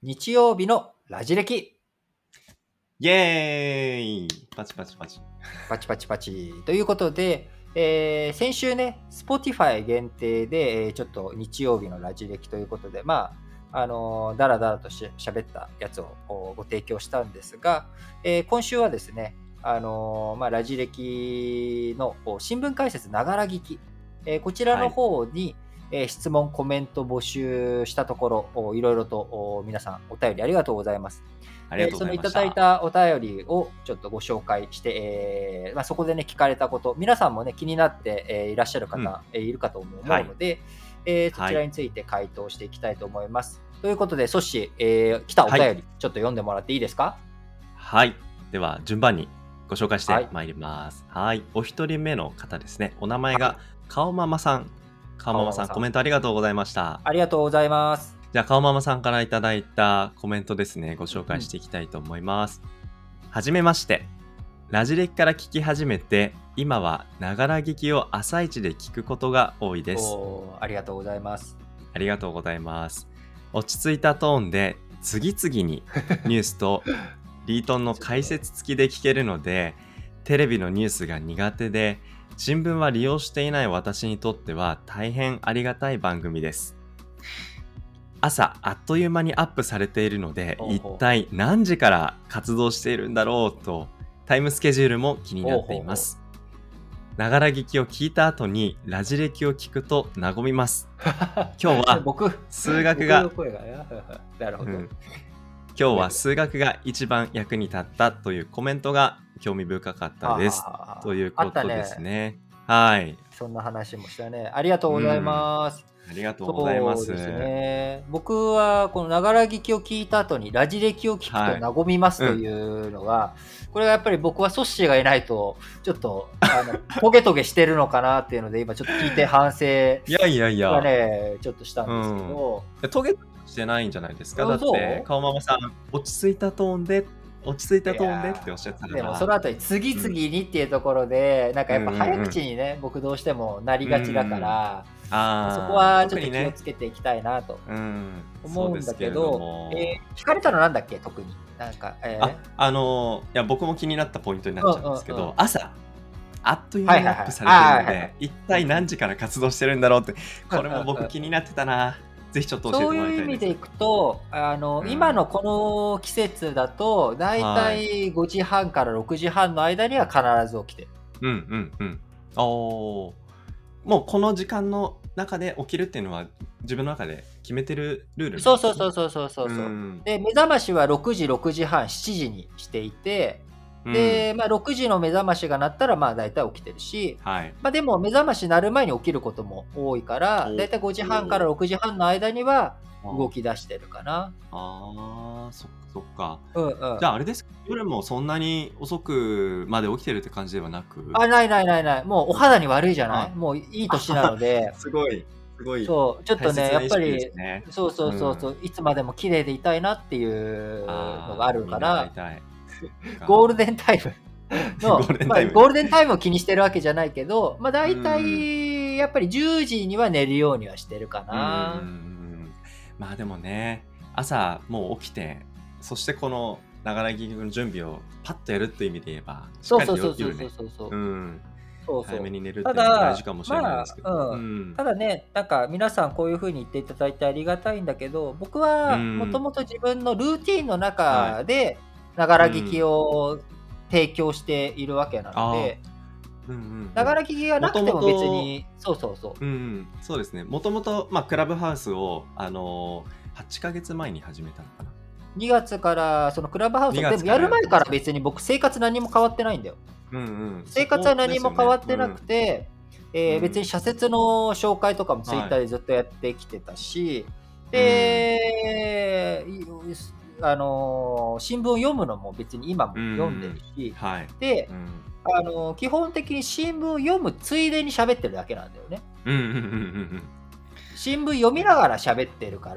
日曜日のラジ歴。 イエーイパチパチパチ。 パチパチパチ。ということで、先週ね、Spotify 限定で、ちょっと日曜日のラジ歴ということで、だらだらと喋ったやつをご提供したんですが、今週はですね、ラジ歴の新聞解説ながら聞き、こちらの方に、質問、コメント募集したところ、いろいろと皆さんお便りありがとうございます。 ありがとうございました。 そのいただいたお便りをちょっとご紹介して、そこでね、聞かれたこと、皆さんもね、気になって、いらっしゃる方、いるかと思うので、そちらについて回答していきたいと思います。ということで、ソッシー、来たお便り、ちょっと読んでもらっていいですか？ はい。では、順番にご紹介してまいります。はい。お一人目の方ですね。お名前が、顔ママさん。顔ママさん、コメントありがとうございました。 ありがとうございます。 じゃあ、顔ママさんからいただいたコメントですね、ご紹介していきたいと思います。はじめまして。ラジ歴から聞き始めて、今はながら聞きを朝一で聞くことが多いです。 ありがとうございます。 ありがとうございます。落ち着いたトーンで、次々にニュースとリートンの解説付きで聞けるので、テレビのニュースが苦手で、新聞は利用していない私にとっては大変ありがたい番組です。朝あっという間にアップされているので、一体何時から活動しているんだろうとタイムスケジュールも気になっています。ながら聞きを聞いた後にラジ歴を聞くと和みます。今日は数学が今日は数学が一番役に立ったというコメントが興味深かったですということですね。はい。 そんな話もしたね。ありがとうございます。 ありがとうございます。 そうですね。僕はこのながら聞きを聞いた後にラジ歴を聞くと和みますというのが、これはやっぱり僕はソッシーがいないとちょっとトゲトゲしてるのかなっていうので今ちょっと聞いて反省がねちょっとしたんですけど、 トゲトゲしてないんじゃないですか。だって顔ママさん落ち着いたトーンでっておっしゃってたから。 でもその後に次々にっていうところで、なんかやっぱ早口にね、僕どうしてもなりがちだから、そこはちょっと気をつけていきたいなと思うんだけど、聞かれたのなんだっけ特になんか、 いや僕も気になったポイントになっちゃうんですけど、朝あっという間にアップされてるので、一体何時から活動してるんだろうって、これも僕気になってたな。ぜひちょっと教えてもらいたいです。 そういう意味でいくと、今のこの季節だとだいたい5時半から6時半の間には必ず起きてる。 もうこの時間の中で起きるっていうのは自分の中で決めてるルールなんですね。 そう。で、目覚ましは6時半、7時にしていて、で、6時の目覚ましが鳴ったらだいたい起きてるし、でも目覚まし鳴る前に起きることも多いから、だいたい5時半から6時半の間には動き出してるかな。 そっか。じゃああれですか、夜もそんなに遅くまで起きてるって感じではなく？ ない。もうお肌に悪いじゃない？もういい年なので。 すごい。 そう、ちょっとね、やっぱり、そう、いつまでも綺麗でいたいなっていうのがあるから、ゴールデンタイムの、ゴールデンタイムを気にしてるわけじゃないけど、だいたいやっぱり10時には寝るようにはしてるかな。 でもね、朝もう起きて、そしてこのながら聞きの準備をパッとやるっていう意味で言えば、しっかりと夜ね、早めに寝るっていうのが大事かもしれないですけど。 ただね、なんか皆さんこういう風に言っていただいてありがたいんだけど、僕はもともと自分のルーティンの中でながら聞きを提供しているわけなので、ながら聞きがなくても別に、 そうですね。もともとクラブハウスを8ヶ月前に始めたのかな。 2月からそのクラブハウスでもやる前から別に僕生活何も変わってないんだよ。生活は何も変わってなくて、別に社説の紹介とかもツイッターでずっとやってきてたし、で、新聞を読むのも別に今も読んでるし、で、基本的に新聞を読むついでに喋ってるだけなんだよね。新聞読みながら喋ってるから、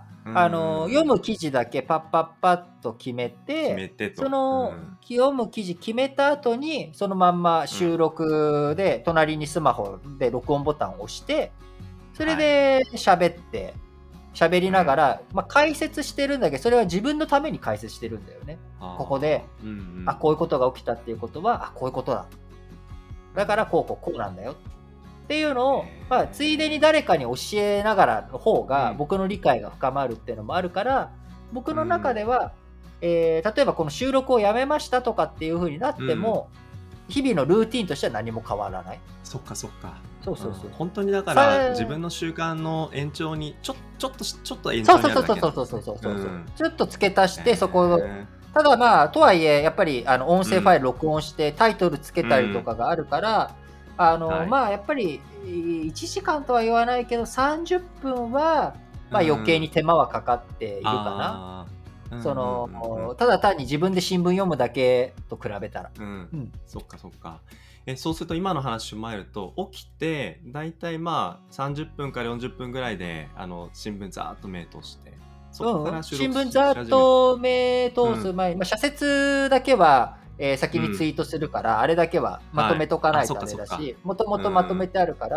読む記事だけパッと決めて、その読む記事決めた後にそのまんま収録で隣にスマホで録音ボタンを押して、それで喋って、 喋りながら、解説してるんだけど、それは自分のために解説してるんだよね。ここで、こういうことが起きたっていうことは、こういうことだ。だからこうなんだよ。っていうのを、ついでに誰かに教えながらの方が僕の理解が深まるっていうのもあるから、僕の中では、例えばこの収録をやめましたとかっていう風になっても、日々のルーティンとしては何も変わらない。 そっかそっか。 そう。 本当にだから自分の習慣の延長にちょっと延長にあるだけなんですね。 そう。ちょっと付け足してそこを、ただとはいえやっぱり音声ファイル録音してタイトルつけたりとかがあるから、やっぱり1時間とは言わないけど30分は余計に手間はかかっているかな。ただ単に自分で新聞読むだけと比べたら。 そっか。そうすると今の話を踏まえると、起きてだいたい30分から40分ぐらいで新聞ざーっと目通して、そこから収録新聞ざーっと目通す前に、社説だけは先にツイートするから、あれだけはまとめとかないとダメだし、もともとまとめてあるから、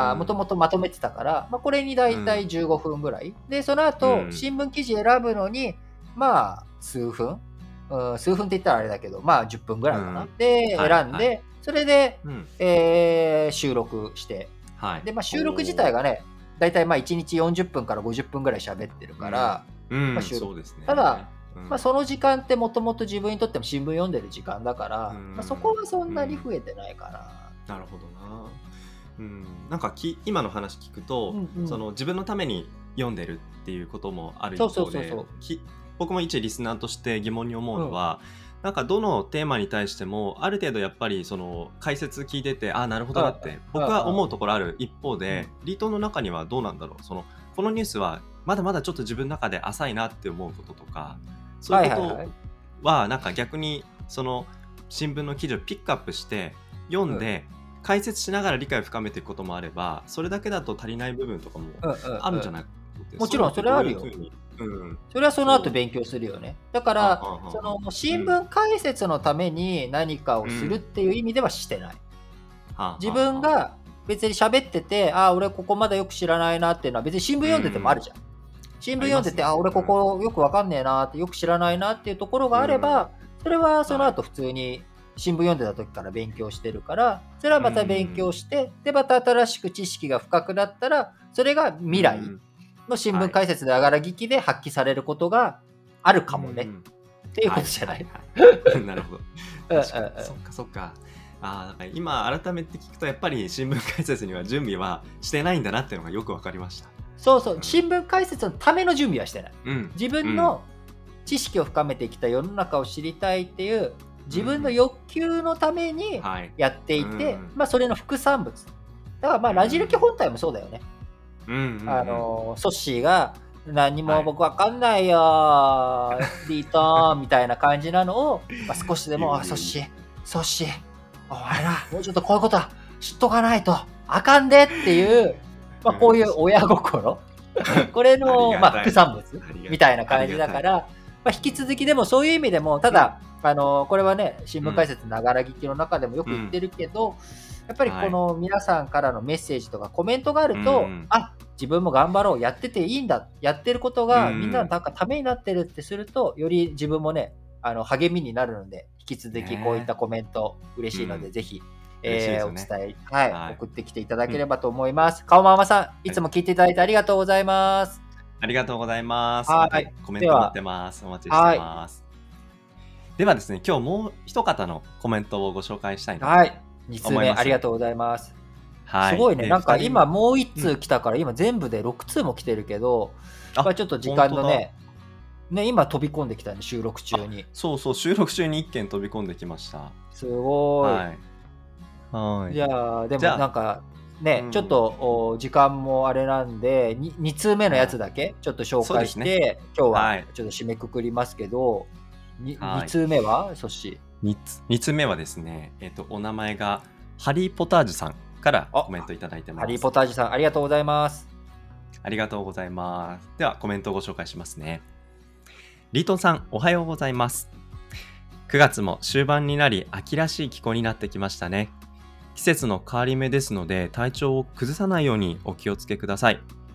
もともとまとめてたから、これにだいたい15分ぐらい。で、その後、新聞記事選ぶのに、数分って言ったらあれだけど、10分ぐらいかな。で、選んで、それで、収録して。で、収録自体がね、だいたい1日40分から50分ぐらい喋ってるから、収録。ただ、その時間ってもともと自分にとっても新聞読んでる時間だから、そこはそんなに増えてないかな。 なるほどな。なんか今の話聞くと、その自分のために読んでるっていうこともある一方で、僕も一リスナーとして疑問に思うのは、なんかどのテーマに対してもある程度やっぱりその解説聞いてて、なるほどなって僕は思うところある一方で、リートの中にはどうなんだろう、このニュースはまだまだちょっと自分の中で浅いなって思うこととか、そういうことはなんか逆にその新聞の記事をピックアップして読んで、解説しながら理解を深めていくこともあれば、それだけだと足りない部分とかもあるんじゃないかって。 もちろんそれはあるよ。それはその後勉強するよね。だからその新聞解説のために何かをするっていう意味ではしてない。自分が別に喋ってて、俺ここまだよく知らないなっていうのは別に新聞読んでてもあるじゃん。新聞読んでて、俺ここよくわかんねえなって、よく知らないなっていうところがあれば、それはその後普通に新聞読んでた時から勉強してるから、それはまた勉強して、でまた新しく知識が深くなったら、それが未来の新聞解説であがら聞きで発揮されることがあるかもね、っていうことじゃない。 なるほど。そっか。なんか今改めて聞くと、やっぱり新聞解説には準備はしてないんだなっていうのがよくわかりました。 新聞解説のための準備はしてない。自分の知識を深めてきた世の中を知りたいっていう自分の欲求のためにやっていて、それの副産物だから、ラジ歴本体もそうだよね。ソッシーが何も僕わかんないよリートみたいな感じなのを、少しでもソッシーお前らもうちょっとこういうことは知っとかないとあかんでっていう、こういう親心これの副産物みたいな感じだから、引き続きでもそういう意味でも、ただこれはね、新聞解説ながら聞きの中でもよく言ってるけど、やっぱりこの皆さんからのメッセージとかコメントがあると、自分も頑張ろう、やってていいんだ、やってることがみんなのためになってるってすると、より自分もね、励みになるので、引き続きこういったコメント嬉しいので、ぜひお伝え、送ってきていただければと思います。顔ママさん、いつも聞いていただいてありがとうございます。 ありがとうございます。コメント待ってます。お待ちしてます。ではですね、今日もう一方のコメントをご紹介したいと思います。 2通目ありがとうございます。すごいね、なんか今もう1通来たから、今全部で6通も来てるけど、ちょっと時間のね、今飛び込んできたね、収録中に。 そう収録中に1件飛び込んできました。 すごい。じゃあでもなんかね、ちょっと時間もあれなんで 2通目のやつだけちょっと紹介して、今日はちょっと締めくくりますけど、2通目はそし 2通目はですね、お名前がハリーポタージュさんからコメントいただいてます。 ハリーポタージュさん、ありがとうございます。 ありがとうございます。ではコメントをご紹介しますね。リートンさん、おはようございます。9月も終盤になり、秋らしい気候になってきましたね。季節の変わり目ですので、体調を崩さないようにお気をつけください。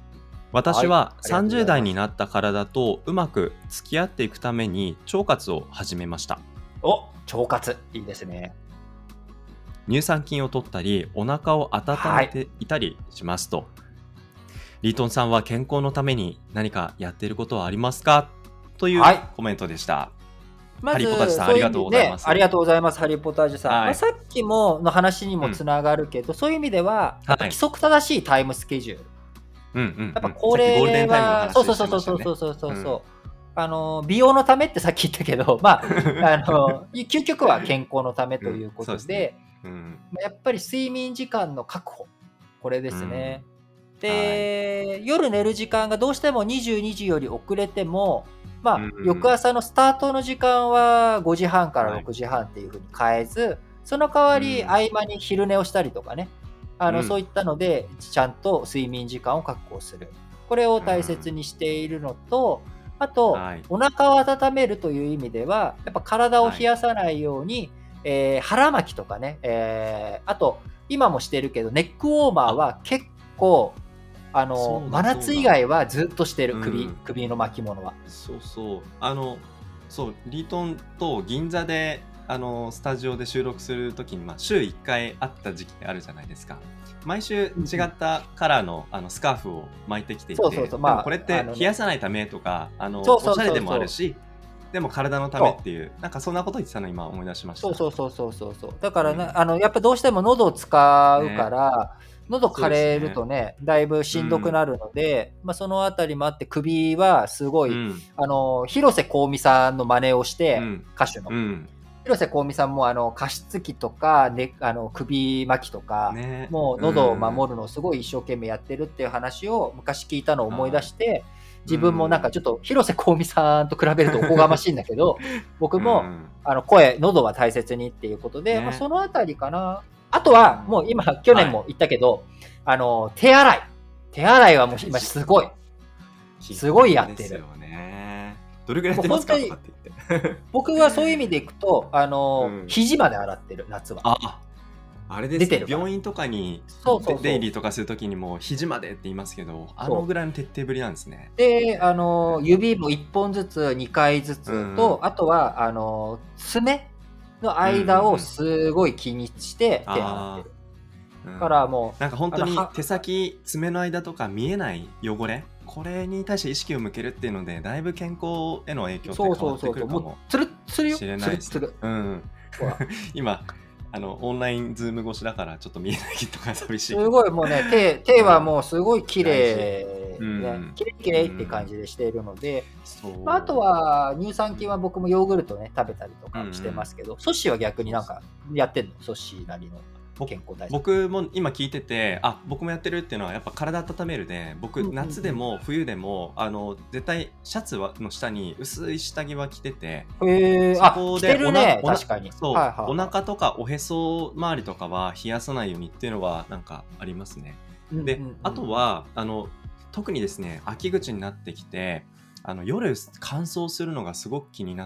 はい。 私はありがとうご 30代にざいます。 なった体とうまく付き合っていくために腸活を始めました。 お、腸活。いいですね。 乳酸菌を取ったり、お腹を温はい。 めていたりしますと。リートンさんは健康のために何かやっていることはありますかというはい。 コメントでした。 まず、 ハリーポタジさん、あそういう意りがとう味ね、 ございます。 ありがとうございます、ハリーポッタージュさん。 はい。 さっきもの話にうん。 もつながるけど、そういう意味では、やっぱ規はい。 則正しいタイムスケジュール。 うんうんうん。 やっぱこさっきゴールデンタイムのれは、そうそ話してうそうそうましたよね。 そうそうそううん。 そう。美容のためってさっき言ったけど、究極は健康のためうん、 というこそうですね。 とで、 うん。 やっぱり睡眠時間の確保、これでうん。 すね。 はい。 で、夜寝る時間がどうしても22時より遅れても、 う翌ん。 朝のスタートの時間は5時半からはい。 6時半っていう風に変えず、その代わりうん。 合間に昼寝をしたりとかね、そううん。 いったので、ちゃんと睡眠時間を確保する。これをう大切ん。 にしているのと、あと、 はい。 お腹を温めるという意味では、やっぱ体をはい。 冷やさないように、腹巻きとかね、あと、今もしてるけど、ネックウォーマーあ、 は結構そうだ真夏以そうだ。 外はずっとしてる、 うん。 首の巻物は。 そうそう。そう、リートンと銀座で、スタジオで収録するときに、週1回会った時期ってあるじゃないですか。毎週違うんうん。 ったカラーの、スカーフを巻いてきていて、 そうそうそう、 でもこれって冷やね、 さないためとか、 そうそうおしゃれでそうそう。 もあるし、でも体のためってそう。 いう、なんかそんなこと言ってたの今思い出しました。 だからね、 うん。 やっぱどうしても喉を使うかね、 ら、喉そう枯れるですね。 とね、だいぶしんどくうん。 なるので、そのあたりもあって、首はすごい、 うん。 広瀬香美さんの真似をして、 うん。 歌手の。 うん。 広瀬香美さんも加湿器とか、ね、首巻きとか、 ね。 もうう喉をん。 守るのをすごい一生懸命やってるっていう話を昔聞いたのを思い出はい。 して、 う自分もなんかん。 ちょっと広瀬香美さんと比べるとおこがましいんだけど、僕うもん。 喉は大切にっていうことで、 ね。 そのあたりかな。あとうは、もうん。 今、去はい。 年も言ったけど、手洗い。手洗いはもう今大事。基すごいや本ですよってる。 ね。どれぐらいやっもうてますかとか本当に、 って言って。 僕はそういう意味でいくと、 うん。 肘まで洗ってる、夏は。 あ、あれですね。 出てるから。 病院とかにそうそう出入そう。 りとかするときにも肘までって言いますけど、あのそう。 ぐらいの徹底ぶりなんですね。 で、 へえ。 指も1本ずつ、2回ずうんつと、 うん。 あとは、爪のうんうんう間をん。 すごい気にして手洗ってある。 あ、うかん。 らもう、 なんか本当には手先、爪の間とか見えない汚れ、これに対して意識を向けるっていうので、だいぶ健康への影響ってそう変わってそうそうそう、もうくるかもツルッツルよ、 しれツないですね。 ルッツル。 うんうん。 ほら。 今、オンラインズーム越しだからちょっと見えないとか寂しいけど。 すごいもうね、手はうん。 もうすごい綺大事。 麗にね、 うん。 綺麗綺う麗って感ん。 じでしているので、あとそは乳う。 酸菌はうん。 僕もヨーグルトね、食べたりとうんうかしてまん。 すけど、ソッシーは逆にそうっす。 なんかやってんの？ソッシーなりのぼ健康対策。 僕も今聞いてて、僕もやってるっていうのはやっぱ体温めるで、僕うんうんう夏でも冬でも、絶対シャツの下に薄い下着は着てて、 ん。へえ、着そこでてるね、確かに。はいそう、おはいは腹とかおへそ周りとかは冷やさないようにっていうのはなんかありますね。 い。うんうんで、あうんうん。 とは、特にですね、秋口になってきて、夜乾燥するのがすごく気になって、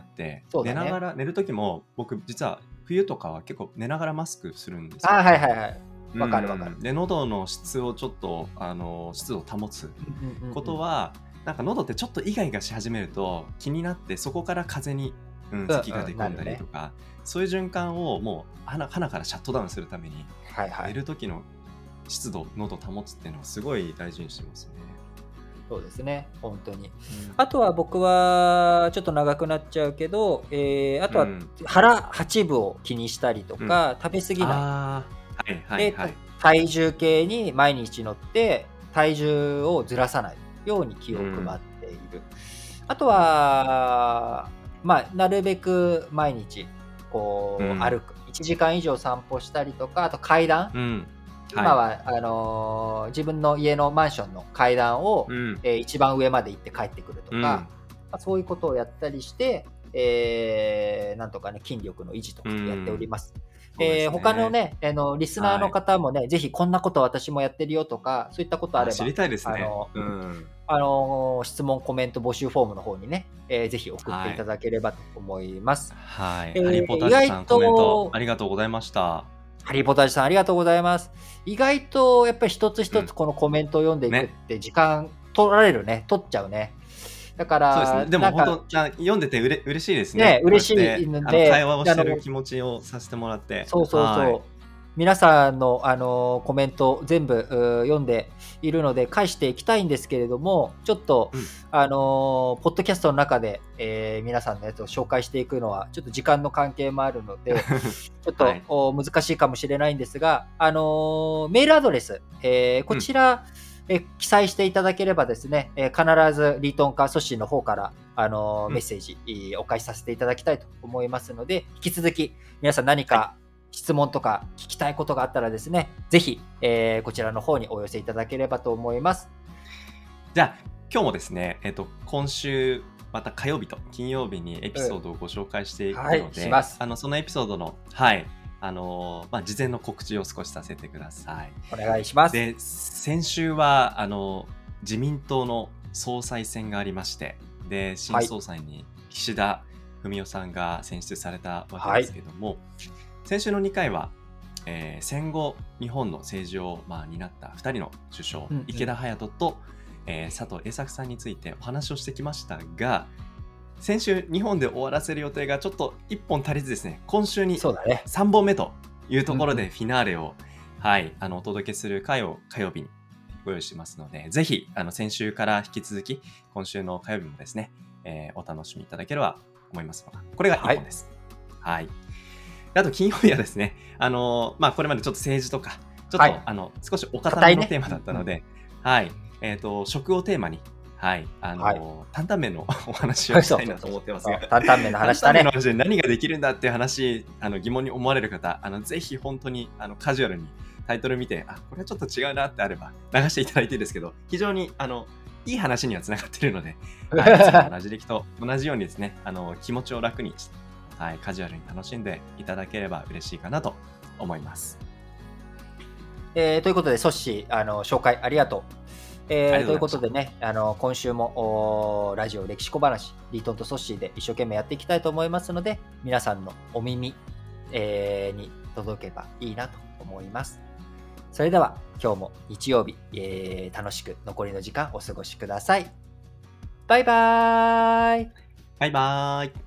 そうだね。 寝る時も僕実は冬とかは結構寝ながらマスクするんですよ。 はいはいはい。 うんわかるわかる。 うん。で、喉の質をちょっと、湿度を保つうんうんうんこうん。 とは、なんか喉ってちょっとイガイガし始めると気になって、そこから風に、咳がうんうん、 出込んだりとなるね。 か、そういう循環をもう鼻からシャットダウンするために、寝はいはい。 る時の湿度、喉保つっていうのはすごい大事にしてますね。 そうですね、本当に。 うん。 あとは僕はちょっと長くなっちゃうけど、あとはうん。 八分を気にしたりとうん。 か、食べ過ぎない。 ああ、はいはいで、 はい。 体重計に毎日乗って、体重をずらさないように気を配うん。 っている。あとは、なるべく毎日、こう歩うん。 く。1時間以上散歩したりとか、あと階段。 うん。はい。 今は自分の家のマンションの階段を、 うん。 一番上まで行って帰ってくるとか、 うん。 そういうことをやったりして、なんとかね、筋力の維持とうかやっておりん。 ます。 そうですね。 他のね、リスナーのはい。 方もね、ぜひこんなこと私もやってるよとか、そういったことあれば、 知りたいですね。 あの、 うん。 質問、コメント募集フォームの方にね、ぜひ送っていはい。 ただければと思います。 はい。ハリーポタ意外ージュさん、コメントとありがとうございました。 ハリーポタージュさん、ありがとうございます。意外とやっぱり一つうん。 一つこのコメントを読んでいくっね。 て時間取られるね、取っちゃうね。だかそうですね。 ら、 でもなんか、 本当、読んでて嬉しいですね。 ね、 こうやっ嬉しいて、 ので、 会話をしてる気持ちをさせてもらって。 そうそうはい。 そう。皆さんの、コメント全部読んでいるので返していきたいんですけれども、ちょっと、 うん。 ポッドキャストの中で、皆さんのやつを紹介していくのは、ちょっと時間の関係もあるので、ちょっとはい。 難しいかもしれないんですが、メールアドレス、こうん。 ちら、記載していただければですね、必ずリートンかソッシーの方から、 うん。 メッセージお返しさせていただきたいと思いますので、引き続き皆さん何はい。 か質問とか聞きたいことがあったらですね、ぜひ、こちらの方にお寄せいただければと思います。 じゃあ、今日もですね、今週、また火曜日と金曜日にエピうん。 ソードをご紹介していはい、 くので、 します。 そのエピソードの、はい、事前の告知を少しさせてください。 お願いします。 で、先週は、自民党の総裁選がありまして、で、新はい。 総裁に岸田文雄さんが選出されたわけですはい。 けども、先週の2回は、戦後日本の政治を、担った2人の首相、 うんうん。 池田隼人と、佐藤栄作さんについてお話をしてきましたが、先週日本で終わらせる予定がちょっと1本足りずですね、今週にそうだね。 3本目というところうんうん。 でフィナーレを、はい、お届けする回を火曜日にご用意しますので、ぜひ、先週から引き続き、今週の火曜日もですね、お楽しみいただければと思いますが、これが1 はい。 本です。はい。であと金曜日はですね、これまでちょっと政治とか、ちょっと、 はい。 少しお堅硬いね。 めのテーマだったうんうん。 ので、はい。食をテーマに、はい、 はい。 担々麺のお話をしそうたいなとそうそうそう。 思ってますが、 そう、担々麺の担々麺の話だね。 話で何ができるんだっていう話、疑問に思われる方、ぜひ本当に、カジュアルにタイトル見て、あ、これはちょっと違うなってあれば、流していただいていいですけど、非常に、いい話には繋がっているので、はい、いつものラジ歴と同じようにですね、気持ちを楽にして、はい、カジュアルに楽しんでいただければ嬉しいかなと思います。 ということで、ソッシー、紹介ありがとう。というありがとうございました。 ことでね、今週もラジオ歴史小話、リートンとソッシーで一生懸命やっていきたいと思いますので、皆さんのお耳、に届けばいいなと思います。それでは、今日も日曜日、楽しく残りの時間お過ごしください。バイバーイ。 バイバーイ。